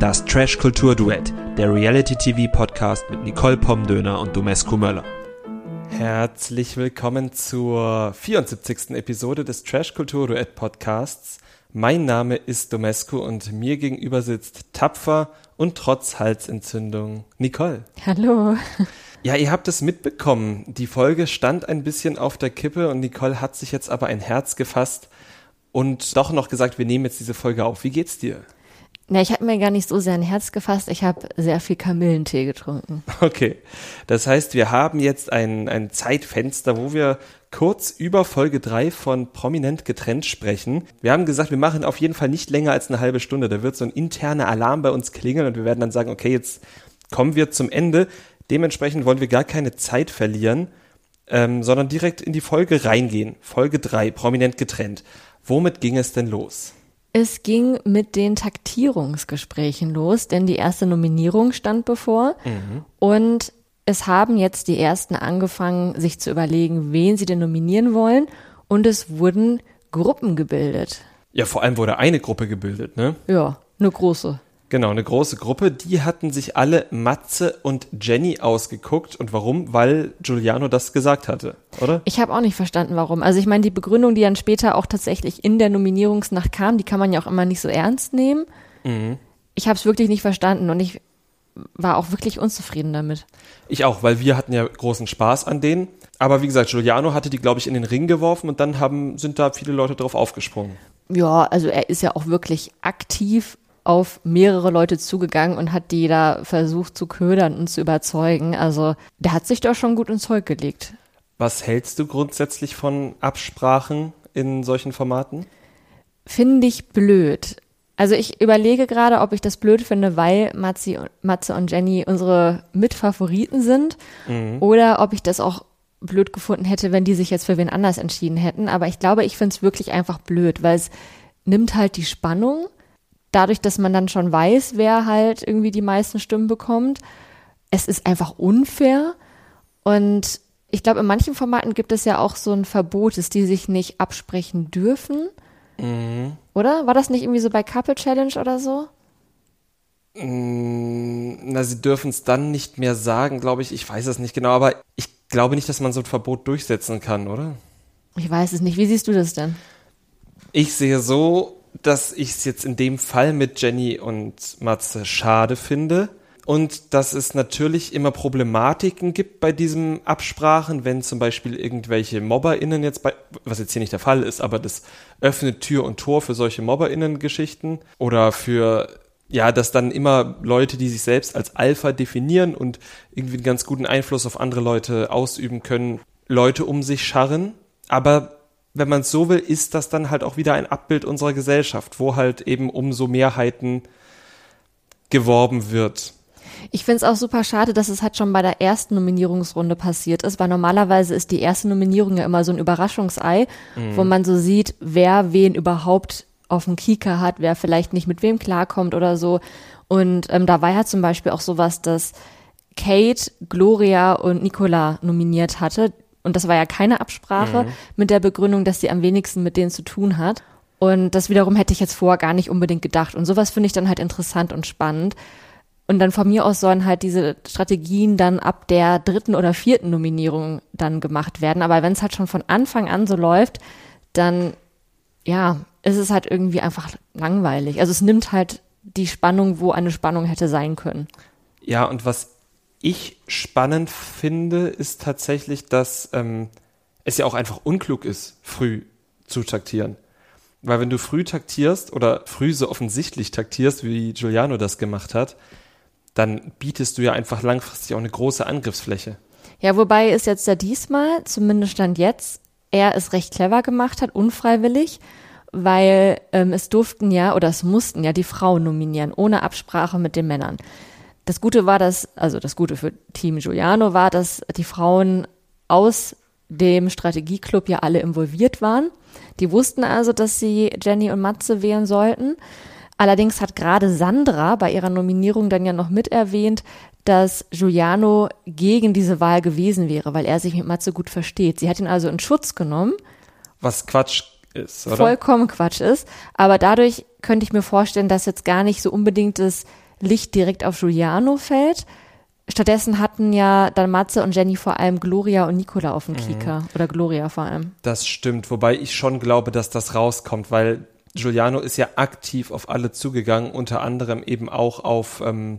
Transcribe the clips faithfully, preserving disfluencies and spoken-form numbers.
Das Trash-Kultur-Duett, der Reality-T V-Podcast mit Nicole Pomdöner und Domescu Möller. Herzlich willkommen zur vierundsiebzigsten Episode des Trash-Kultur-Duett-Podcasts. Mein Name ist Domescu und mir gegenüber sitzt tapfer und trotz Halsentzündung Nicole. Hallo. Ja, ihr habt es mitbekommen. Die Folge stand ein bisschen auf der Kippe und Nicole hat sich jetzt aber ein Herz gefasst und doch noch gesagt, wir nehmen jetzt diese Folge auf. Wie geht's dir? Na, ich habe mir gar nicht so sehr ein Herz gefasst. Ich habe sehr viel Kamillentee getrunken. Okay, das heißt, wir haben jetzt ein, ein Zeitfenster, wo wir kurz über Folge drei von Prominent getrennt sprechen. Wir haben gesagt, wir machen auf jeden Fall nicht länger als eine halbe Stunde. Da wird so ein interner Alarm bei uns klingeln und wir werden dann sagen, okay, jetzt kommen wir zum Ende. Dementsprechend wollen wir gar keine Zeit verlieren, ähm, sondern direkt in die Folge reingehen. Folge drei, Prominent getrennt. Womit ging es denn los? Es ging mit den Taktierungsgesprächen los, denn die erste Nominierung stand bevor. Mhm. Und es haben jetzt die ersten angefangen, sich zu überlegen, wen sie denn nominieren wollen. Und es wurden Gruppen gebildet. Ja, vor allem wurde eine Gruppe gebildet, ne? Ja, eine große. Genau, eine große Gruppe. Die hatten sich alle Matze und Jenny ausgeguckt. Und warum? Weil Giuliano das gesagt hatte, oder? Ich habe auch nicht verstanden, warum. Also ich meine, die Begründung, die dann später auch tatsächlich in der Nominierungsnacht kam, die kann man ja auch immer nicht so ernst nehmen. Mhm. Ich habe es wirklich nicht verstanden und ich war auch wirklich unzufrieden damit. Ich auch, weil wir hatten ja großen Spaß an denen. Aber wie gesagt, Giuliano hatte die, glaube ich, in den Ring geworfen und dann haben, sind da viele Leute drauf aufgesprungen. Ja, also er ist ja auch wirklich aktiv auf mehrere Leute zugegangen und hat die da versucht zu ködern und zu überzeugen. Also der hat sich doch schon gut ins Zeug gelegt. Was hältst du grundsätzlich von Absprachen in solchen Formaten? Finde ich blöd. Also ich überlege gerade, ob ich das blöd finde, weil Matzi, Matze und Jenny unsere Mitfavoriten sind, mhm. oder ob ich das auch blöd gefunden hätte, wenn die sich jetzt für wen anders entschieden hätten. Aber ich glaube, ich finde es wirklich einfach blöd, weil es nimmt halt die Spannung. Dadurch, dass man dann schon weiß, wer halt irgendwie die meisten Stimmen bekommt. Es ist einfach unfair. Und ich glaube, in manchen Formaten gibt es ja auch so ein Verbot, dass die sich nicht absprechen dürfen. Mhm. Oder? War das nicht irgendwie so bei Couple Challenge oder so? Na, sie dürfen es dann nicht mehr sagen, glaube ich. Ich weiß es nicht genau, aber ich glaube nicht, dass man so ein Verbot durchsetzen kann, oder? Ich weiß es nicht. Wie siehst du das denn? Ich sehe so, dass ich es jetzt in dem Fall mit Jenny und Matze schade finde und dass es natürlich immer Problematiken gibt bei diesen Absprachen, wenn zum Beispiel irgendwelche MobberInnen jetzt bei, was jetzt hier nicht der Fall ist, aber das öffnet Tür und Tor für solche MobberInnen-Geschichten oder für, ja, dass dann immer Leute, die sich selbst als Alpha definieren und irgendwie einen ganz guten Einfluss auf andere Leute ausüben können, Leute um sich scharren, aber wenn man es so will, ist das dann halt auch wieder ein Abbild unserer Gesellschaft, wo halt eben um so Mehrheiten geworben wird. Ich finde es auch super schade, dass es halt schon bei der ersten Nominierungsrunde passiert ist, weil normalerweise ist die erste Nominierung ja immer so ein Überraschungsei, mhm. wo man so sieht, wer wen überhaupt auf dem Kieker hat, wer vielleicht nicht mit wem klarkommt oder so. Und ähm, da war ja zum Beispiel auch sowas, dass Kate, Gloria und Nicola nominiert hatte. Und das war ja keine Absprache mhm. mit der Begründung, dass sie am wenigsten mit denen zu tun hat. Und das wiederum hätte ich jetzt vorher gar nicht unbedingt gedacht. Und sowas finde ich dann halt interessant und spannend. Und dann von mir aus sollen halt diese Strategien dann ab der dritten oder vierten Nominierung dann gemacht werden. Aber wenn es halt schon von Anfang an so läuft, dann, ja, ist es halt irgendwie einfach langweilig. Also es nimmt halt die Spannung, wo eine Spannung hätte sein können. Ja, und was ich spannend finde, ist tatsächlich, dass ähm, es ja auch einfach unklug ist, früh zu taktieren. Weil wenn du früh taktierst oder früh so offensichtlich taktierst, wie Giuliano das gemacht hat, dann bietest du ja einfach langfristig auch eine große Angriffsfläche. Ja, wobei es jetzt ja diesmal, zumindest Stand jetzt, er es recht clever gemacht hat, unfreiwillig, weil ähm, es durften ja oder es mussten ja die Frauen nominieren, ohne Absprache mit den Männern. Das Gute war, dass, also das Gute für Team Giuliano war, dass die Frauen aus dem Strategieclub ja alle involviert waren. Die wussten also, dass sie Jenny und Matze wählen sollten. Allerdings hat gerade Sandra bei ihrer Nominierung dann ja noch mit erwähnt, dass Giuliano gegen diese Wahl gewesen wäre, weil er sich mit Matze gut versteht. Sie hat ihn also in Schutz genommen. Was Quatsch ist, oder? Vollkommen Quatsch ist. Aber dadurch könnte ich mir vorstellen, dass jetzt gar nicht so unbedingt das Licht direkt auf Giuliano fällt. Stattdessen hatten ja dann Matze und Jenny vor allem Gloria und Nicola auf dem Kieker. Mhm. Oder Gloria vor allem. Das stimmt, wobei ich schon glaube, dass das rauskommt, weil Giuliano ist ja aktiv auf alle zugegangen, unter anderem eben auch auf, ähm,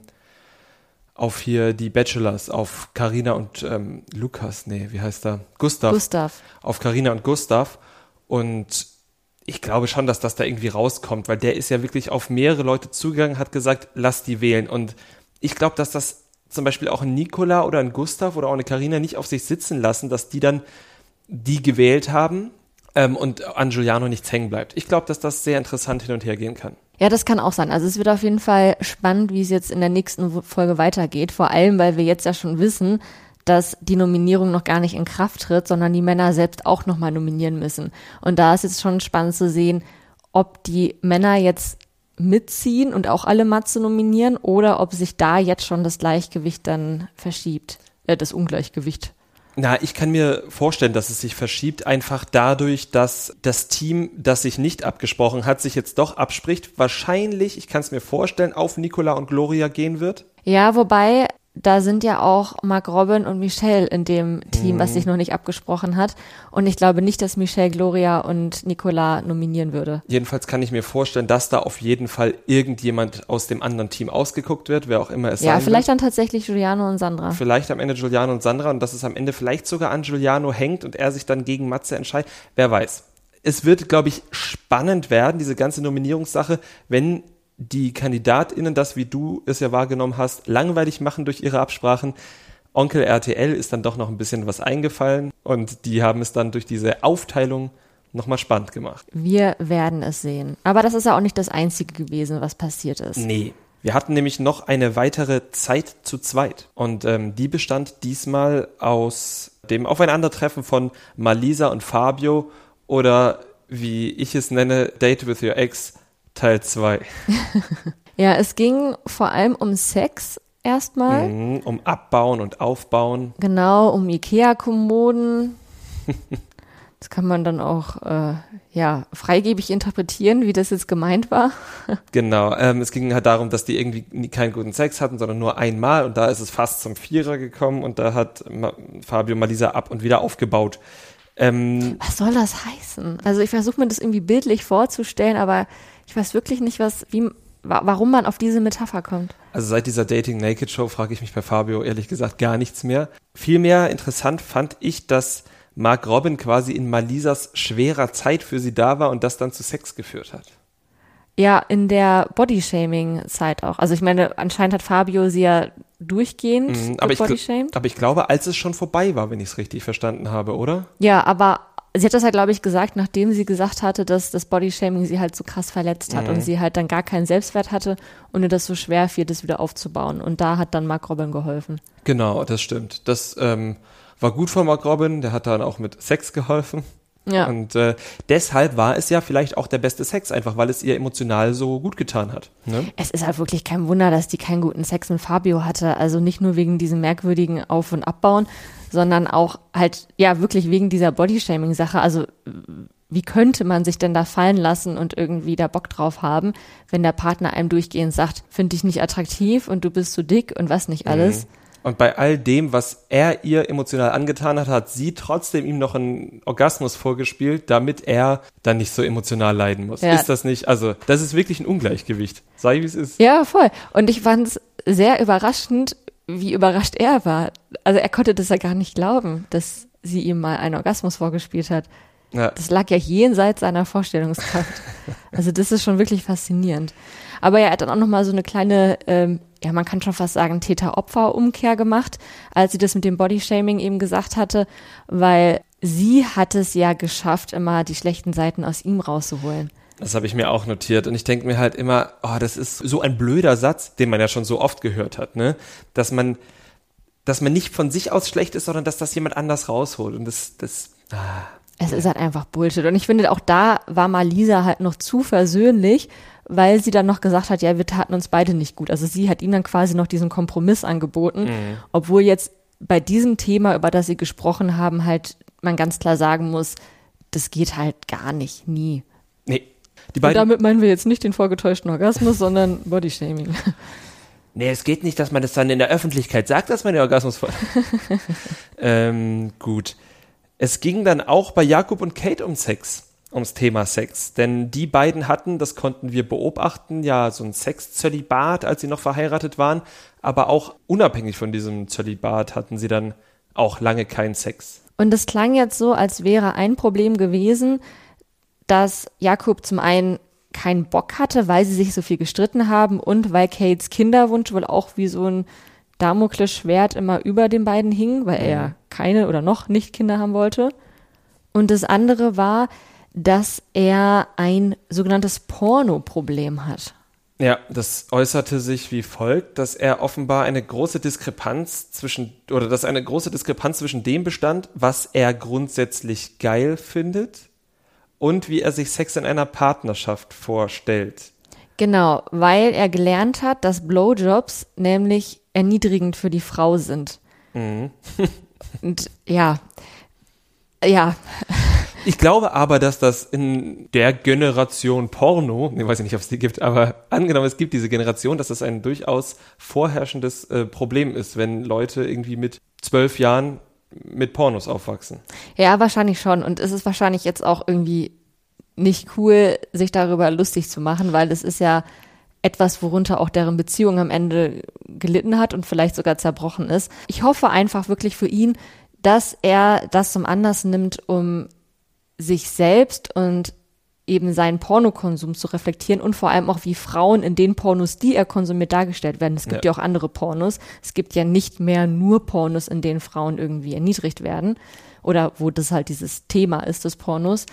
auf hier die Bachelors, auf Carina und ähm, Lukas, nee, wie heißt er? Gustav. Gustav. Auf Carina und Gustav. Und ich glaube schon, dass das da irgendwie rauskommt, weil der ist ja wirklich auf mehrere Leute zugegangen, hat gesagt, lass die wählen. Und ich glaube, dass das zum Beispiel auch ein Nicola oder ein Gustav oder auch eine Carina nicht auf sich sitzen lassen, dass die dann die gewählt haben ähm, und an Giuliano nichts hängen bleibt. Ich glaube, dass das sehr interessant hin und her gehen kann. Ja, das kann auch sein. Also es wird auf jeden Fall spannend, wie es jetzt in der nächsten Folge weitergeht. Vor allem, weil wir jetzt ja schon wissen, dass die Nominierung noch gar nicht in Kraft tritt, sondern die Männer selbst auch nochmal nominieren müssen. Und da ist jetzt schon spannend zu sehen, ob die Männer jetzt mitziehen und auch alle Matze nominieren oder ob sich da jetzt schon das Gleichgewicht dann verschiebt, äh, das Ungleichgewicht. Na, ich kann mir vorstellen, dass es sich verschiebt, einfach dadurch, dass das Team, das sich nicht abgesprochen hat, sich jetzt doch abspricht, wahrscheinlich, ich kann es mir vorstellen, auf Nicola und Gloria gehen wird. Ja, wobei, da sind ja auch Mark Robin und Michelle in dem Team, mhm. was sich noch nicht abgesprochen hat. Und ich glaube nicht, dass Michelle Gloria und Nicola nominieren würde. Jedenfalls kann ich mir vorstellen, dass da auf jeden Fall irgendjemand aus dem anderen Team ausgeguckt wird, wer auch immer es sein wird. Ja, vielleicht dann tatsächlich Giuliano und Sandra. Vielleicht am Ende Giuliano und Sandra und dass es am Ende vielleicht sogar an Giuliano hängt und er sich dann gegen Matze entscheidet. Wer weiß. Es wird, glaube ich, spannend werden, diese ganze Nominierungssache, wenn die KandidatInnen das, wie du es ja wahrgenommen hast, langweilig machen durch ihre Absprachen. Onkel R T L ist dann doch noch ein bisschen was eingefallen und die haben es dann durch diese Aufteilung nochmal spannend gemacht. Wir werden es sehen. Aber das ist ja auch nicht das Einzige gewesen, was passiert ist. Nee. Wir hatten nämlich noch eine weitere Zeit zu zweit und ähm, die bestand diesmal aus dem Aufeinandertreffen von Malisa und Fabio oder wie ich es nenne, Date with your Ex Teil zwei. Ja, es ging vor allem um Sex erstmal. Mhm, um Abbauen und Aufbauen. Genau, um Ikea-Kommoden. Das kann man dann auch äh, ja freigebig interpretieren, wie das jetzt gemeint war. Genau, ähm, es ging halt darum, dass die irgendwie nie, keinen guten Sex hatten, sondern nur einmal und da ist es fast zum Vierer gekommen und da hat Ma- Fabio Malisa ab und wieder aufgebaut. Ähm, was soll das heißen? Also ich versuche mir das irgendwie bildlich vorzustellen, aber ich weiß wirklich nicht, was, wie, warum man auf diese Metapher kommt. Also seit dieser Dating Naked Show frage ich mich bei Fabio ehrlich gesagt gar nichts mehr. Vielmehr interessant fand ich, dass Mark Robin quasi in Malisas schwerer Zeit für sie da war und das dann zu Sex geführt hat. Ja, in der Bodyshaming-Zeit auch. Also ich meine, anscheinend hat Fabio sie ja durchgehend mhm, aber, ich, bodyshamed. aber ich glaube, als es schon vorbei war, wenn ich es richtig verstanden habe, oder? Ja, aber sie hat das halt, glaube ich, gesagt, nachdem sie gesagt hatte, dass das Bodyshaming sie halt so krass verletzt hat mhm. und sie halt dann gar keinen Selbstwert hatte und ihr das so schwer fiel, das wieder aufzubauen. Und da hat dann Mark Robin geholfen. Genau, das stimmt. Das ähm, war gut von Mark Robin, der hat dann auch mit Sex geholfen. Ja. Und äh, deshalb war es ja vielleicht auch der beste Sex, einfach weil es ihr emotional so gut getan hat. Ne? Es ist halt wirklich kein Wunder, dass die keinen guten Sex mit Fabio hatte. Also nicht nur wegen diesem merkwürdigen Auf- und Abbauen, sondern auch halt, ja, wirklich wegen dieser Bodyshaming-Sache. Also wie könnte man sich denn da fallen lassen und irgendwie da Bock drauf haben, wenn der Partner einem durchgehend sagt, finde dich nicht attraktiv und du bist zu dick und was nicht alles. Mhm. Und bei all dem, was er ihr emotional angetan hat, hat sie trotzdem ihm noch einen Orgasmus vorgespielt, damit er dann nicht so emotional leiden muss. Ja. Ist das nicht? Also, das ist wirklich ein Ungleichgewicht. Sei wie es ist. Ja, voll. Und ich fand es sehr überraschend, wie überrascht er war. Also, er konnte das ja gar nicht glauben, dass sie ihm mal einen Orgasmus vorgespielt hat. Ja. Das lag ja jenseits seiner Vorstellungskraft. Also, das ist schon wirklich faszinierend. Aber ja, er hat dann auch nochmal so eine kleine, ähm, ja, man kann schon fast sagen, Täter-Opfer-Umkehr gemacht, als sie das mit dem Bodyshaming eben gesagt hatte, weil sie hat es ja geschafft, immer die schlechten Seiten aus ihm rauszuholen. Das habe ich mir auch notiert und ich denke mir halt immer, oh, das ist so ein blöder Satz, den man ja schon so oft gehört hat, ne, dass man, dass man nicht von sich aus schlecht ist, sondern dass das jemand anders rausholt und das, das, ah. Es ist halt einfach Bullshit und ich finde auch da war Malisa halt noch zu versöhnlich, weil sie dann noch gesagt hat, ja, wir taten uns beide nicht gut. Also sie hat ihm dann quasi noch diesen Kompromiss angeboten, mhm. obwohl jetzt bei diesem Thema, über das sie gesprochen haben, halt man ganz klar sagen muss, das geht halt gar nicht, nie. Nee. Die beiden, und damit meinen wir jetzt nicht den vorgetäuschten Orgasmus, sondern Bodyshaming. nee, es geht nicht, dass man das dann in der Öffentlichkeit sagt, dass man den Orgasmus voll. ähm, gut. Es ging dann auch bei Jakob und Kate um Sex, ums Thema Sex. Denn die beiden hatten, das konnten wir beobachten, ja so ein Sex-Zölibat, als sie noch verheiratet waren. Aber auch unabhängig von diesem Zölibat hatten sie dann auch lange keinen Sex. Und es klang jetzt so, als wäre ein Problem gewesen, dass Jakob zum einen keinen Bock hatte, weil sie sich so viel gestritten haben und weil Kates Kinderwunsch wohl auch wie so ein Damoklesschwert immer über den beiden hing, weil Mhm. er keine oder noch nicht Kinder haben wollte. Und das andere war, dass er ein sogenanntes Porno-Problem hat. Ja, das äußerte sich wie folgt, dass er offenbar eine große Diskrepanz zwischen, oder dass eine große Diskrepanz zwischen dem bestand, was er grundsätzlich geil findet und wie er sich Sex in einer Partnerschaft vorstellt. Genau, weil er gelernt hat, dass Blowjobs nämlich erniedrigend für die Frau sind. Mhm. Und ja, ja, Ich glaube aber, dass das in der Generation Porno, ich weiß nicht, ob es die gibt, aber angenommen, es gibt diese Generation, dass das ein durchaus vorherrschendes äh, Problem ist, wenn Leute irgendwie mit zwölf Jahren mit Pornos aufwachsen. ja, wahrscheinlich schon. Und es ist wahrscheinlich jetzt auch irgendwie nicht cool, sich darüber lustig zu machen, weil es ist ja etwas, worunter auch deren Beziehung am Ende gelitten hat und vielleicht sogar zerbrochen ist. Ich hoffe einfach wirklich für ihn, dass er das zum Anlass nimmt, um sich selbst und eben seinen Pornokonsum zu reflektieren und vor allem auch, wie Frauen in den Pornos, die er konsumiert, dargestellt werden. Es gibt ja. ja auch andere Pornos. Es gibt ja nicht mehr nur Pornos, in denen Frauen irgendwie erniedrigt werden oder wo das halt dieses Thema ist des Pornos.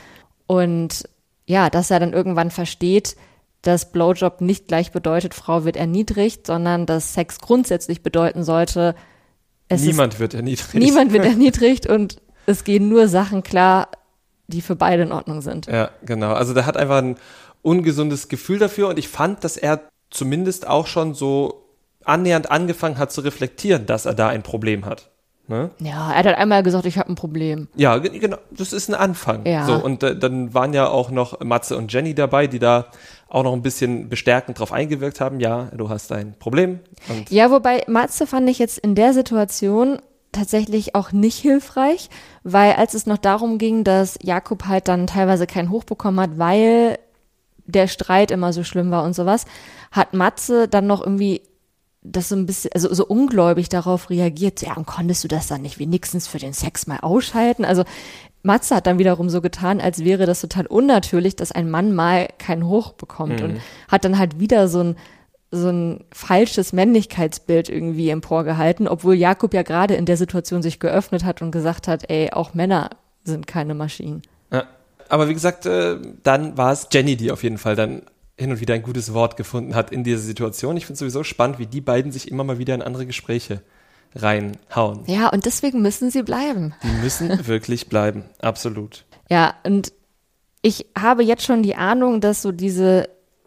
Und ja, dass er dann irgendwann versteht, dass Blowjob nicht gleich bedeutet, Frau wird erniedrigt, sondern dass Sex grundsätzlich bedeuten sollte, es Niemand ist, wird erniedrigt. Niemand wird erniedrigt und es gehen nur Sachen klar, die für beide in Ordnung sind. Ja, genau. Also der hat einfach ein ungesundes Gefühl dafür und ich fand, dass er zumindest auch schon so annähernd angefangen hat zu reflektieren, dass er da ein Problem hat. Ne? Ja, er hat halt einmal gesagt, ich habe ein Problem. Ja, g- genau. Das ist ein Anfang. Ja. So, und äh, dann waren ja auch noch Matze und Jenny dabei, die da auch noch ein bisschen bestärkend drauf eingewirkt haben. Ja, du hast ein Problem. Und Ja, wobei Matze fand ich jetzt in der Situation tatsächlich auch nicht hilfreich, weil als es noch darum ging, dass Jakob halt dann teilweise keinen Hoch bekommen hat, weil der Streit immer so schlimm war und sowas, hat Matze dann noch irgendwie das so ein bisschen, also so ungläubig darauf reagiert, so, ja, und konntest du das dann nicht wenigstens für den Sex mal ausschalten? Also Matze hat dann wiederum so getan, als wäre das total unnatürlich, dass ein Mann mal keinen Hoch bekommt Mhm. und hat dann halt wieder so ein so ein falsches Männlichkeitsbild irgendwie emporgehalten, obwohl Jakob ja gerade in der Situation sich geöffnet hat und gesagt hat, ey, auch Männer sind keine Maschinen. ja. Aber wie gesagt, äh, dann war es Jenny, die auf jeden Fall dann hin und wieder ein gutes Wort gefunden hat in dieser Situation. Ich finde es sowieso spannend, wie die beiden sich immer mal wieder in andere Gespräche reinhauen. Ja, und deswegen müssen sie bleiben. Die müssen wirklich bleiben, absolut. Ja, und ich habe jetzt schon die Ahnung, dass so diese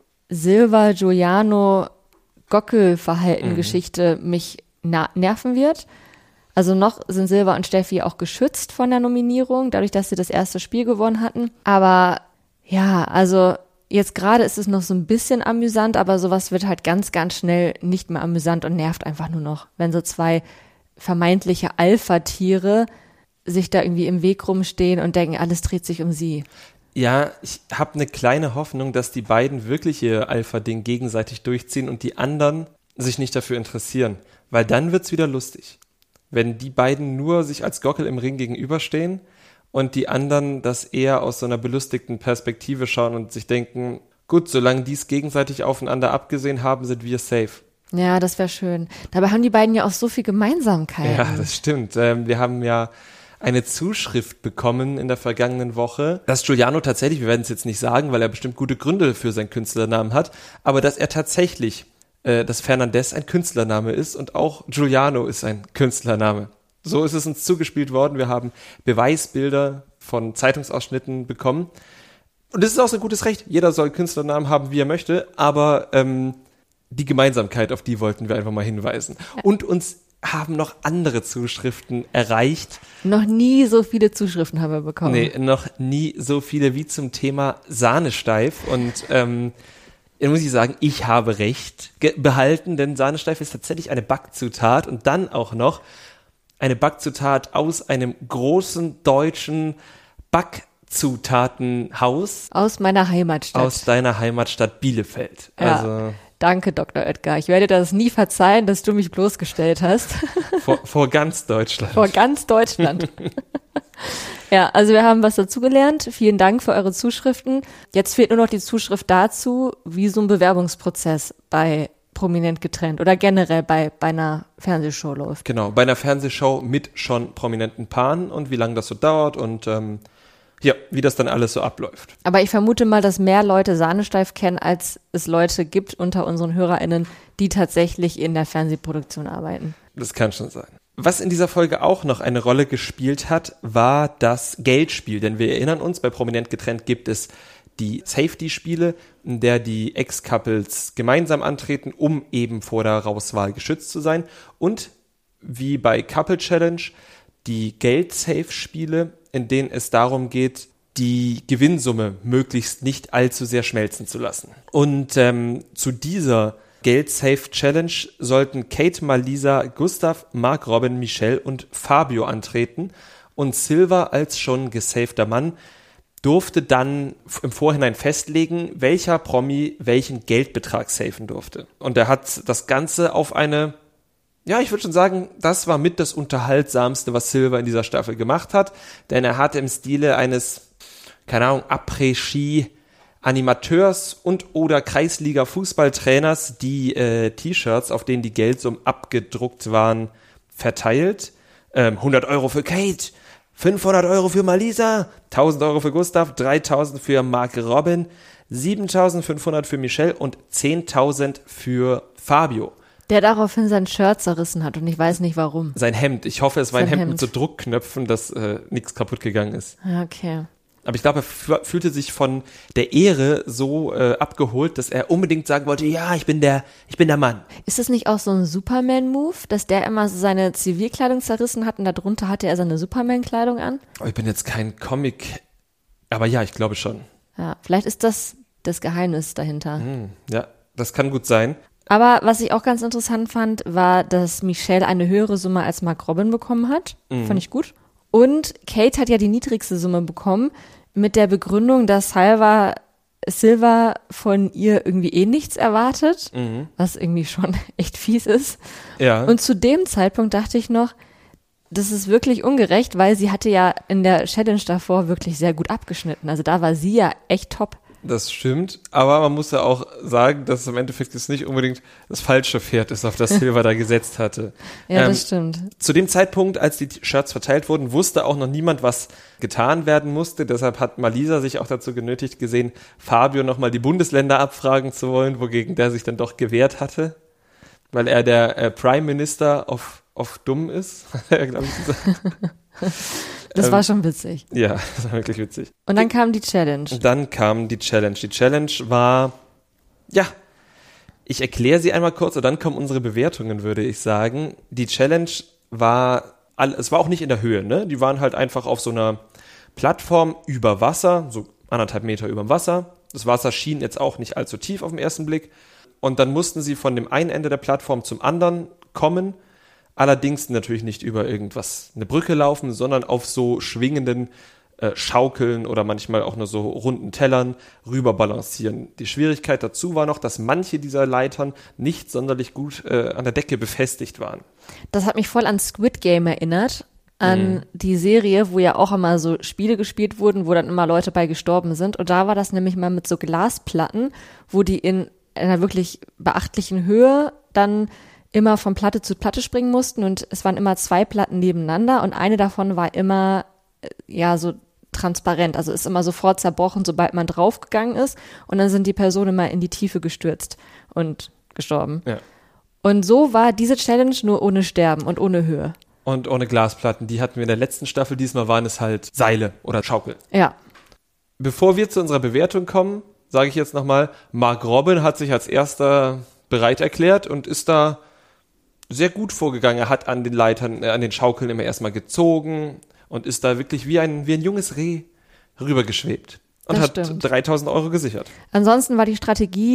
Silva, Giuliano, Gockel-Verhalten-Geschichte mich na- nerven wird. Also noch sind Silva und Steffi auch geschützt von der Nominierung, dadurch, dass sie das erste Spiel gewonnen hatten. Aber ja, also jetzt gerade ist es noch so ein bisschen amüsant, aber sowas wird halt ganz, ganz schnell nicht mehr amüsant und nervt einfach nur noch, wenn so zwei vermeintliche Alpha-Tiere sich da irgendwie im Weg rumstehen und denken, alles dreht sich um sie. Ja, ich habe eine kleine Hoffnung, dass die beiden wirklich ihr Alpha-Ding gegenseitig durchziehen und die anderen sich nicht dafür interessieren. Weil dann wird's wieder lustig. Wenn die beiden nur sich als Gockel im Ring gegenüberstehen und die anderen das eher aus so einer belustigten Perspektive schauen und sich denken, gut, solange die es gegenseitig aufeinander abgesehen haben, sind wir safe. Ja, das wäre schön. Dabei haben die beiden ja auch so viel Gemeinsamkeiten. Ja, das stimmt. Ähm, wir haben ja eine Zuschrift bekommen in der vergangenen Woche, dass Giuliano tatsächlich, wir werden es jetzt nicht sagen, weil er bestimmt gute Gründe für seinen Künstlernamen hat, aber dass er tatsächlich, äh, dass Fernandez ein Künstlername ist und auch Giuliano ist ein Künstlername. So ist es uns zugespielt worden. Wir haben Beweisbilder von Zeitungsausschnitten bekommen. Und das ist auch so ein gutes Recht. Jeder soll Künstlernamen haben, wie er möchte, aber ähm, die Gemeinsamkeit, auf die wollten wir einfach mal hinweisen. Und uns haben noch andere Zuschriften erreicht. Noch nie so viele Zuschriften haben wir bekommen. Nee, noch nie so viele wie zum Thema Sahnesteif. Und ähm, Dann muss ich sagen, ich habe recht ge- behalten, denn Sahnesteif ist tatsächlich eine Backzutat und dann auch noch eine Backzutat aus einem großen deutschen Backzutatenhaus. Aus meiner Heimatstadt. Aus deiner Heimatstadt Bielefeld. Ja. Also Danke, Doktor Oetker. Ich werde das nie verzeihen, dass du mich bloßgestellt hast. vor, vor ganz Deutschland. Vor ganz Deutschland. Ja, also wir haben was dazugelernt. Vielen Dank für eure Zuschriften. Jetzt fehlt nur noch die Zuschrift dazu, wie so ein Bewerbungsprozess bei Prominent getrennt oder generell bei, bei einer Fernsehshow läuft. Genau, bei einer Fernsehshow mit schon prominenten Paaren und wie lange das so dauert und ähm, ja, wie das dann alles so abläuft. Aber ich vermute mal, dass mehr Leute Sahnesteif kennen, als es Leute gibt unter unseren HörerInnen, die tatsächlich in der Fernsehproduktion arbeiten. Das kann schon sein. Was in dieser Folge auch noch eine Rolle gespielt hat, war das Geldspiel. Denn wir erinnern uns, bei Prominent getrennt gibt es die Safety-Spiele, in der die Ex-Couples gemeinsam antreten, um eben vor der Rauswahl geschützt zu sein. Und wie bei Couple Challenge die Geld-Safe-Spiele, in denen es darum geht, die Gewinnsumme möglichst nicht allzu sehr schmelzen zu lassen. Und ähm, zu dieser Geld-Safe-Challenge sollten Kate, Malisa, Gustav, Mark Robin, Michelle und Fabio antreten. Und Silva als schon gesafter Mann durfte dann im Vorhinein festlegen, welcher Promi welchen Geldbetrag safen durfte. Und er hat das Ganze auf eine, ja, ich würde schon sagen, das war mit das Unterhaltsamste, was Silva in dieser Staffel gemacht hat. Denn er hat im Stile eines, keine Ahnung, Après-Ski Animateurs und oder Kreisliga-Fußballtrainers die äh, T-Shirts, auf denen die Geldsummen abgedruckt waren, verteilt. Ähm, hundert Euro für Kate, fünfhundert Euro für Malisa, tausend Euro für Gustav, dreitausend für Mark Robin, siebentausendfünfhundert für Michelle und zehntausend für Fabio. Der daraufhin sein Shirt zerrissen hat und ich weiß nicht warum. Sein Hemd. Ich hoffe, es war Sein ein Hemd, Hemd. mit so Druckknöpfen, dass äh, nichts kaputt gegangen ist. Ja, okay. Aber ich glaube, er f- fühlte sich von der Ehre so äh, abgeholt, dass er unbedingt sagen wollte, ja, ich bin der, ich bin der Mann. Ist das nicht auch so ein Superman-Move, dass der immer so seine Zivilkleidung zerrissen hat und darunter hatte er seine Superman-Kleidung an? Oh, ich bin jetzt kein Comic, aber ja, ich glaube schon. Ja, vielleicht ist das das Geheimnis dahinter. Hm, ja, das kann gut sein. Aber was ich auch ganz interessant fand, war, dass Michelle eine höhere Summe als Mark Robin bekommen hat. Mhm. Fand ich gut. Und Kate hat ja die niedrigste Summe bekommen, mit der Begründung, dass Silva, Silva von ihr irgendwie eh nichts erwartet, Mhm. was irgendwie schon echt fies ist. Ja. Und zu dem Zeitpunkt dachte ich noch, das ist wirklich ungerecht, weil sie hatte ja in der Challenge davor wirklich sehr gut abgeschnitten. Also da war sie ja echt top. Das stimmt, aber man muss ja auch sagen, dass es im Endeffekt jetzt nicht unbedingt das falsche Pferd ist, auf das Silva da gesetzt hatte. Ja, Ähm, das stimmt. Zu dem Zeitpunkt, als die Shirts verteilt wurden, wusste auch noch niemand, was getan werden musste. Deshalb hat Malisa sich auch dazu genötigt gesehen, Fabio nochmal die Bundesländer abfragen zu wollen, wogegen der sich dann doch gewehrt hatte, weil er der äh, Prime Minister auf, auf dumm ist, hat er, glaube ich, gesagt. Das ähm, war schon witzig. Ja, das war wirklich witzig. Und dann kam die Challenge. Dann kam die Challenge. Die Challenge war, ja, ich erkläre sie einmal kurz und dann kommen unsere Bewertungen, würde ich sagen. Die Challenge war, all- es war auch nicht in der Höhe, ne? Die waren halt einfach auf so einer Plattform über Wasser, so anderthalb Meter über dem Wasser. Das Wasser schien jetzt auch nicht allzu tief auf den ersten Blick. Und dann mussten sie von dem einen Ende der Plattform zum anderen kommen. Allerdings natürlich nicht über irgendwas, eine Brücke laufen, sondern auf so schwingenden äh, Schaukeln oder manchmal auch nur so runden Tellern rüber balancieren. Die Schwierigkeit dazu war noch, dass manche dieser Leitern nicht sonderlich gut äh, an der Decke befestigt waren. Das hat mich voll an Squid Game erinnert, an Mhm. die Serie, wo ja auch immer so Spiele gespielt wurden, wo dann immer Leute bei gestorben sind. Und da war das nämlich mal mit so Glasplatten, wo die in einer wirklich beachtlichen Höhe dann immer von Platte zu Platte springen mussten und es waren immer zwei Platten nebeneinander und eine davon war immer äh, ja so transparent, also ist immer sofort zerbrochen, sobald man draufgegangen ist und dann sind die Personen immer in die Tiefe gestürzt und gestorben. Ja. Und so war diese Challenge nur ohne Sterben und ohne Höhe. Und ohne Glasplatten, die hatten wir in der letzten Staffel, diesmal waren es halt Seile oder Schaukel. Ja, Bevor wir zu unserer Bewertung kommen, sage ich jetzt nochmal, Mark Robin hat sich als erster bereit erklärt und ist da sehr gut vorgegangen. Er hat an den Leitern, äh, an den Schaukeln immer erstmal gezogen und ist da wirklich wie ein, wie ein junges Reh rübergeschwebt und Das hat stimmt. dreitausend Euro gesichert. ansonsten war die Strategie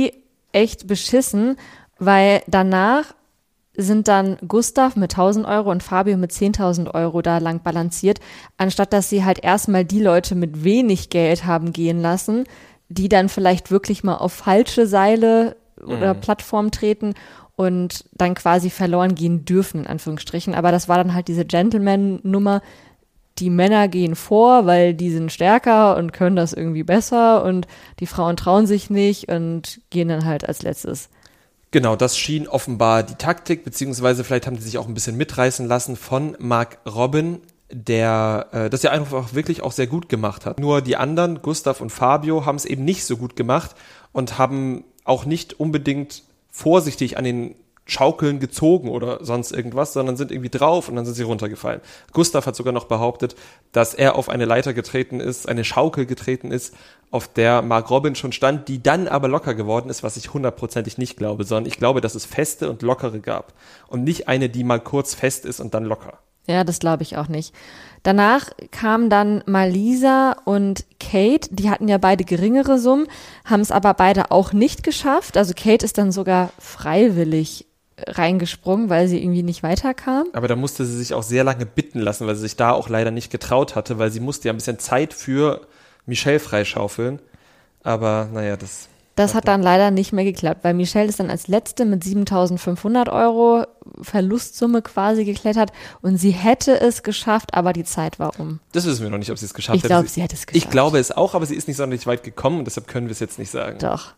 echt beschissen, weil danach sind dann Gustav mit tausend Euro und Fabio mit zehntausend Euro da lang balanciert, anstatt dass sie halt erstmal die Leute mit wenig Geld haben gehen lassen, die dann vielleicht wirklich mal auf falsche Seile oder mhm. Plattformen treten und dann quasi verloren gehen dürfen, in Anführungsstrichen. Aber das war dann halt diese Gentleman-Nummer, die Männer gehen vor, weil die sind stärker und können das irgendwie besser und die Frauen trauen sich nicht und gehen dann halt als letztes. Genau, das schien offenbar die Taktik, beziehungsweise vielleicht haben die sich auch ein bisschen mitreißen lassen von Mark Robin, der äh, das ja einfach wirklich auch sehr gut gemacht hat. Nur die anderen, Gustav und Fabio, haben es eben nicht so gut gemacht und haben auch nicht unbedingt vorsichtig an den Schaukeln gezogen oder sonst irgendwas, sondern sind irgendwie drauf und dann sind sie runtergefallen. Gustav hat sogar noch behauptet, dass er auf eine Leiter getreten ist, eine Schaukel getreten ist, auf der Mark Robin schon stand, die dann aber locker geworden ist, was ich hundertprozentig nicht glaube, sondern ich glaube, dass es feste und lockere gab und nicht eine, die mal kurz fest ist und dann locker. Ja, das glaube ich auch nicht. Danach kamen dann Malisa und Kate, die hatten ja beide geringere Summen, haben es aber beide auch nicht geschafft. Also Kate ist dann sogar freiwillig reingesprungen, weil sie irgendwie nicht weiterkam. Aber da musste sie sich auch sehr lange bitten lassen, weil sie sich da auch leider nicht getraut hatte, weil sie musste ja ein bisschen Zeit für Michelle freischaufeln. Aber naja, das... Das hat dann leider nicht mehr geklappt, weil Michelle ist dann als Letzte mit siebentausendfünfhundert Euro Verlustsumme quasi geklettert und sie hätte es geschafft, aber die Zeit war um. Das wissen wir noch nicht, ob sie es geschafft ich hätte. Ich glaube, sie hätte es geschafft. Ich glaube es auch, aber sie ist nicht sonderlich weit gekommen und deshalb können wir es jetzt nicht sagen. Doch.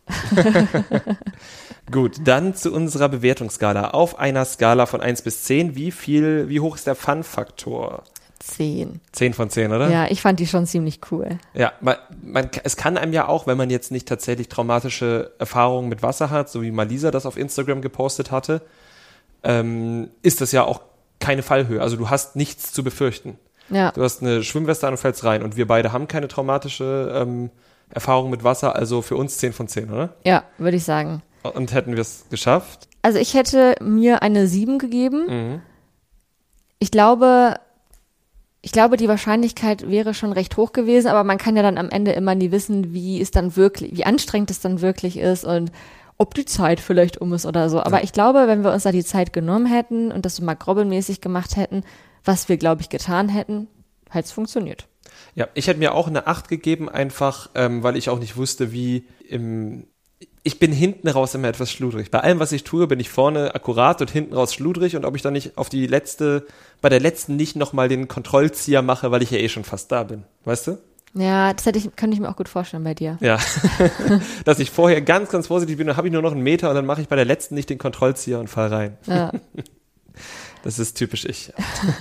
Gut, dann zu unserer Bewertungsskala. Auf einer Skala von eins bis zehn, wie viel, wie hoch ist der Fun-Faktor? Zehn. Zehn von zehn, oder? Ja, ich fand die schon ziemlich cool. Ja, man, man, es kann einem ja auch, wenn man jetzt nicht tatsächlich traumatische Erfahrungen mit Wasser hat, so wie Malisa das auf Instagram gepostet hatte, ähm, ist das ja auch keine Fallhöhe. Also du hast nichts zu befürchten. Ja. Du hast eine Schwimmweste an und fällst rein und wir beide haben keine traumatische ähm, Erfahrung mit Wasser, also für uns zehn von zehn, oder? Ja, würde ich sagen. Und hätten wir es geschafft? Also ich hätte mir eine sieben gegeben. Mhm. Ich glaube... Ich glaube, die Wahrscheinlichkeit wäre schon recht hoch gewesen, aber man kann ja dann am Ende immer nie wissen, wie es dann wirklich, wie anstrengend es dann wirklich ist und ob die Zeit vielleicht um ist oder so. Aber ja. Ich glaube, wenn wir uns da die Zeit genommen hätten und das so mal Robin-mäßig gemacht hätten, was wir, glaube ich, getan hätten, hätte es funktioniert. Ja, ich hätte mir auch eine acht gegeben, einfach, ähm, weil ich auch nicht wusste, wie im... Ich bin hinten raus immer etwas schludrig. Bei allem, was ich tue, bin ich vorne akkurat und hinten raus schludrig und ob ich dann nicht auf die letzte, bei der letzten nicht nochmal den Kontrollzieher mache, weil ich ja eh schon fast da bin. Weißt du? Ja, das hätte ich, könnte ich mir auch gut vorstellen bei dir. Ja, dass ich vorher ganz, ganz vorsichtig bin, dann habe ich nur noch einen Meter und dann mache ich bei der letzten nicht den Kontrollzieher und fall rein. Ja. Das ist typisch ich.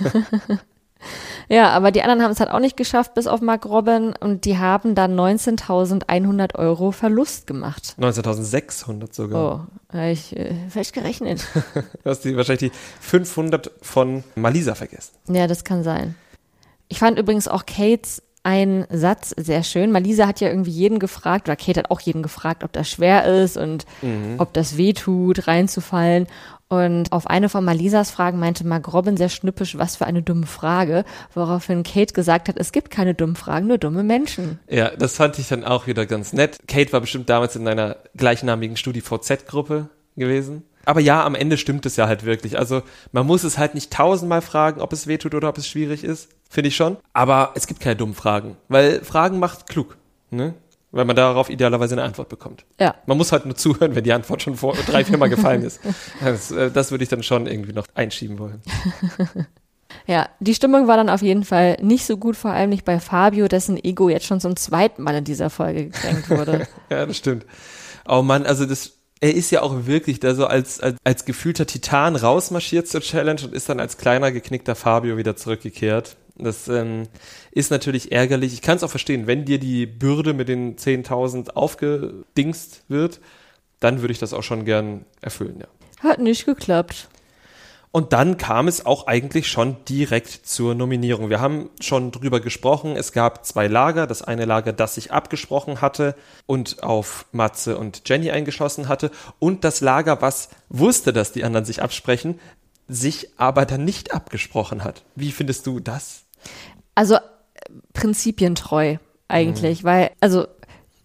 Ja, aber die anderen haben es halt auch nicht geschafft, bis auf Mark Robin und die haben dann neunzehntausendeinhundert Euro Verlust gemacht. neunzehntausendsechshundert sogar. Oh, habe ich äh, falsch gerechnet. Du hast die, wahrscheinlich die fünfhundert von Malisa vergessen. Ja, das kann sein. Ich fand übrigens auch Kates einen Satz sehr schön. Malisa hat ja irgendwie jeden gefragt, oder Kate hat auch jeden gefragt, ob das schwer ist und mhm. ob das weh tut, reinzufallen. Und auf eine von Malisas Fragen meinte Mark Robin sehr schnippisch, was für eine dumme Frage, woraufhin Kate gesagt hat, es gibt keine dummen Fragen, nur dumme Menschen. Ja, das fand ich dann auch wieder ganz nett. Kate war bestimmt damals in einer gleichnamigen StudiVZ-Gruppe gewesen. Aber ja, am Ende stimmt es ja halt wirklich. Also man muss es halt nicht tausendmal fragen, ob es wehtut oder ob es schwierig ist, finde ich schon. Aber es gibt keine dummen Fragen, weil Fragen macht klug, ne? Weil man darauf idealerweise eine Antwort bekommt. Ja. Man muss halt nur zuhören, wenn die Antwort schon vor drei, vier Mal gefallen ist. Das, äh, das würde ich dann schon irgendwie noch einschieben wollen. Ja, die Stimmung war dann auf jeden Fall nicht so gut, vor allem nicht bei Fabio, dessen Ego jetzt schon zum zweiten Mal in dieser Folge gekränkt wurde. Ja, das stimmt. Oh Mann, also das, er ist ja auch wirklich da so als, als, als gefühlter Titan rausmarschiert zur Challenge und ist dann als kleiner, geknickter Fabio wieder zurückgekehrt. Das ähm, ist natürlich ärgerlich. Ich kann es auch verstehen, wenn dir die Bürde mit den zehntausend aufgedingst wird, dann würde ich das auch schon gern erfüllen, ja. Hat nicht geklappt. Und dann kam es auch eigentlich schon direkt zur Nominierung. Wir haben schon drüber gesprochen, es gab zwei Lager. Das eine Lager, das sich abgesprochen hatte und auf Matze und Jenny eingeschossen hatte. Und das Lager, was wusste, dass die anderen sich absprechen, sich aber dann nicht abgesprochen hat. Wie findest du das? Also prinzipientreu eigentlich, mhm. weil, also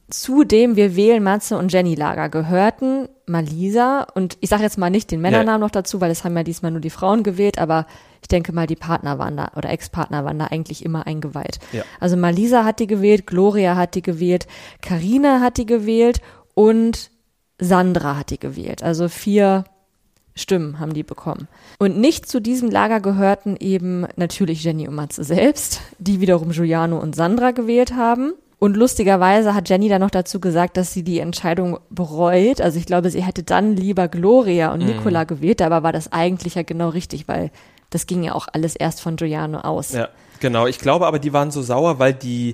zu dem Wir wählen Matze und Jenny Lager gehörten Malisa und ich sage jetzt mal nicht den Männernamen ja. noch dazu, weil es haben ja diesmal nur die Frauen gewählt, aber ich denke mal, die Partner waren da oder Ex-Partner waren da eigentlich immer eingeweiht. Ja. Also Malisa hat die gewählt, Gloria hat die gewählt, Carina hat die gewählt und Sandra hat die gewählt. Also vier Stimmen haben die bekommen. Und nicht zu diesem Lager gehörten eben natürlich Jenny und Matze selbst, die wiederum Giuliano und Sandra gewählt haben. Und lustigerweise hat Jenny dann noch dazu gesagt, dass sie die Entscheidung bereut. Also ich glaube, sie hätte dann lieber Gloria und Nicola mm. gewählt, aber war das eigentlich ja genau richtig, weil das ging ja auch alles erst von Giuliano aus. Ja, genau. Ich glaube aber, die waren so sauer, weil die,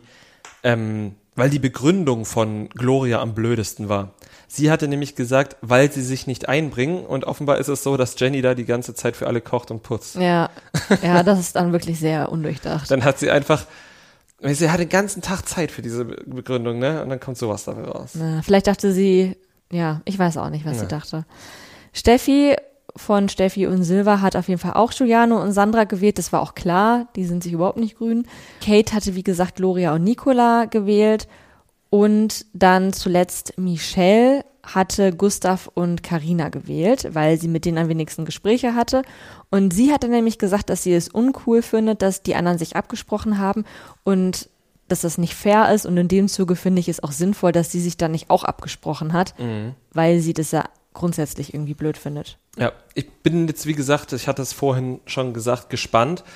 ähm, weil die Begründung von Gloria am blödesten war. Sie hatte nämlich gesagt, weil sie sich nicht einbringen und offenbar ist es so, dass Jenny da die ganze Zeit für alle kocht und putzt. Ja, ja, das ist dann wirklich sehr undurchdacht. Dann hat sie einfach, sie hat den ganzen Tag Zeit für diese Begründung, ne? Und dann kommt sowas dabei raus. Na, vielleicht dachte sie, ja, ich weiß auch nicht, was ja. sie dachte. Steffi von Steffi und Silva hat auf jeden Fall auch Giuliano und Sandra gewählt, das war auch klar, die sind sich überhaupt nicht grün. Kate hatte, wie gesagt, Gloria und Nicola gewählt. Und dann zuletzt Michelle hatte Gustav und Carina gewählt, weil sie mit denen am wenigsten Gespräche hatte. Und sie hatte nämlich gesagt, dass sie es uncool findet, dass die anderen sich abgesprochen haben und dass das nicht fair ist. Und in dem Zuge finde ich es auch sinnvoll, dass sie sich dann nicht auch abgesprochen hat, mhm. weil sie das ja grundsätzlich irgendwie blöd findet. Ja, ich bin jetzt, wie gesagt, ich hatte es vorhin schon gesagt, gespannt,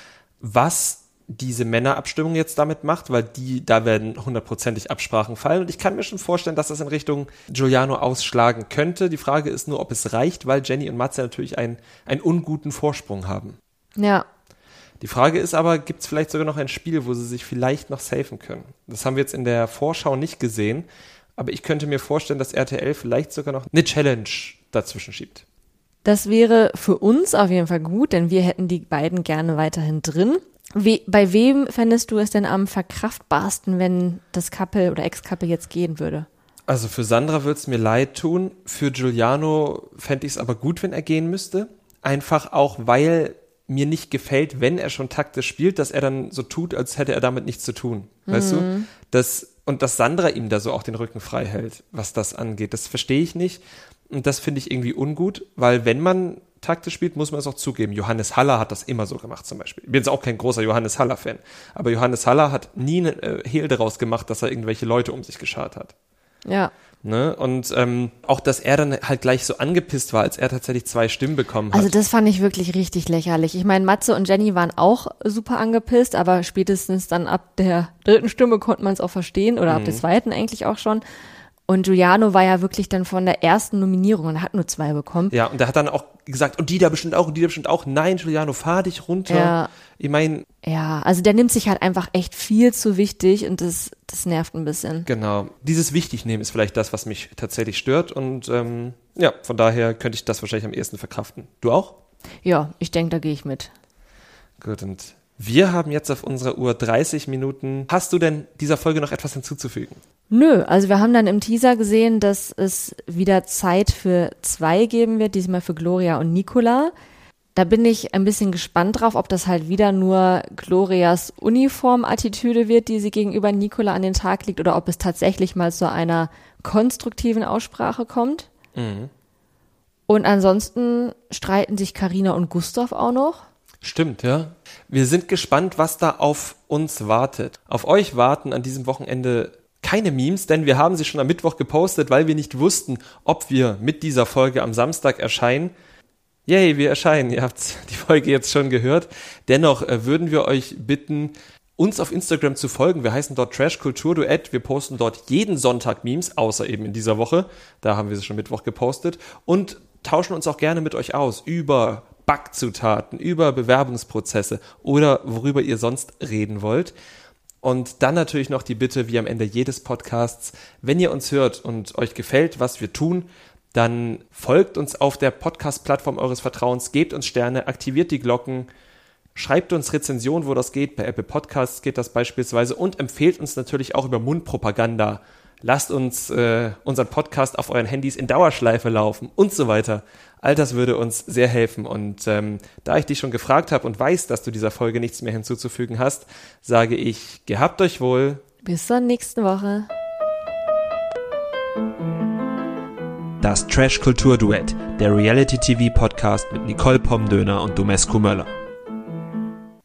was diese Männerabstimmung jetzt damit macht, weil die, da werden hundertprozentig Absprachen fallen und ich kann mir schon vorstellen, dass das in Richtung Giuliano ausschlagen könnte. Die Frage ist nur, ob es reicht, weil Jenny und Matze natürlich einen, einen unguten Vorsprung haben. Ja. Die Frage ist aber, gibt es vielleicht sogar noch ein Spiel, wo sie sich vielleicht noch safen können? Das haben wir jetzt in der Vorschau nicht gesehen, aber ich könnte mir vorstellen, dass R T L vielleicht sogar noch eine Challenge dazwischen schiebt. Das wäre für uns auf jeden Fall gut, denn wir hätten die beiden gerne weiterhin drin. We- bei wem fändest du es denn am verkraftbarsten, wenn das Couple oder Ex-Couple jetzt gehen würde? Also für Sandra würde es mir leid tun. Für Giuliano fände ich es aber gut, wenn er gehen müsste. Einfach auch, weil mir nicht gefällt, wenn er schon taktisch spielt, dass er dann so tut, als hätte er damit nichts zu tun. Mhm. Weißt du? Das, und dass Sandra ihm da so auch den Rücken frei hält, was das angeht. Das verstehe ich nicht. Und das finde ich irgendwie ungut, weil wenn man taktisch spielt, muss man es auch zugeben. Johannes Haller hat das immer so gemacht zum Beispiel. Ich bin jetzt auch kein großer Johannes Haller-Fan, aber Johannes Haller hat nie einen äh, Hehl daraus gemacht, dass er irgendwelche Leute um sich geschart hat. Ja. Ne? Und ähm, auch, dass er dann halt gleich so angepisst war, als er tatsächlich zwei Stimmen bekommen hat. Also das fand ich wirklich richtig lächerlich. Ich meine, Matze und Jenny waren auch super angepisst, aber spätestens dann ab der dritten Stimme konnte man es auch verstehen oder ab mhm. der zweiten eigentlich auch schon. Und Giuliano war ja wirklich dann von der ersten Nominierung und hat nur zwei bekommen. Ja, und er hat dann auch gesagt, und die da bestimmt auch, und die da bestimmt auch. Nein, Giuliano, fahr dich runter. Ja. Ich meine. Ja, also der nimmt sich halt einfach echt viel zu wichtig und das, das nervt ein bisschen. Genau. Dieses Wichtignehmen ist vielleicht das, was mich tatsächlich stört. Und ähm, ja, von daher könnte ich das wahrscheinlich am ehesten verkraften. Du auch? Ja, ich denke, da gehe ich mit. Gut, und wir haben jetzt auf unserer Uhr dreißig Minuten. Hast du denn dieser Folge noch etwas hinzuzufügen? Nö, also wir haben dann im Teaser gesehen, dass es wieder Zeit für zwei geben wird, diesmal für Gloria und Nicola. Da bin ich ein bisschen gespannt drauf, ob das halt wieder nur Glorias Uniformattitüde wird, die sie gegenüber Nicola an den Tag legt, oder ob es tatsächlich mal zu einer konstruktiven Aussprache kommt. Mhm. Und ansonsten streiten sich Carina und Gustav auch noch. Stimmt, ja. Wir sind gespannt, was da auf uns wartet. Auf euch warten an diesem Wochenende keine Memes, denn wir haben sie schon am Mittwoch gepostet, weil wir nicht wussten, ob wir mit dieser Folge am Samstag erscheinen. Yay, wir erscheinen. Ihr habt die Folge jetzt schon gehört. Dennoch äh, würden wir euch bitten, uns auf Instagram zu folgen. Wir heißen dort Trash Kultur Duett. Wir posten dort jeden Sonntag Memes, außer eben in dieser Woche. Da haben wir sie schon Mittwoch gepostet. Und tauschen uns auch gerne mit euch aus über Backzutaten, über Bewerbungsprozesse oder worüber ihr sonst reden wollt. Und dann natürlich noch die Bitte, wie am Ende jedes Podcasts, wenn ihr uns hört und euch gefällt, was wir tun, dann folgt uns auf der Podcast-Plattform eures Vertrauens, gebt uns Sterne, aktiviert die Glocken, schreibt uns Rezensionen, wo das geht, bei Apple Podcasts geht das beispielsweise, und empfehlt uns natürlich auch über Mundpropaganda. Lasst uns äh, unseren Podcast auf euren Handys in Dauerschleife laufen und so weiter. All das würde uns sehr helfen. Und ähm, da ich dich schon gefragt habe und weiß, dass du dieser Folge nichts mehr hinzuzufügen hast, sage ich, gehabt euch wohl. Bis zur nächsten Woche. Das Trash-Kultur-Duett, der Reality-T V-Podcast mit Nicole Pomdöner und Domescu Möller.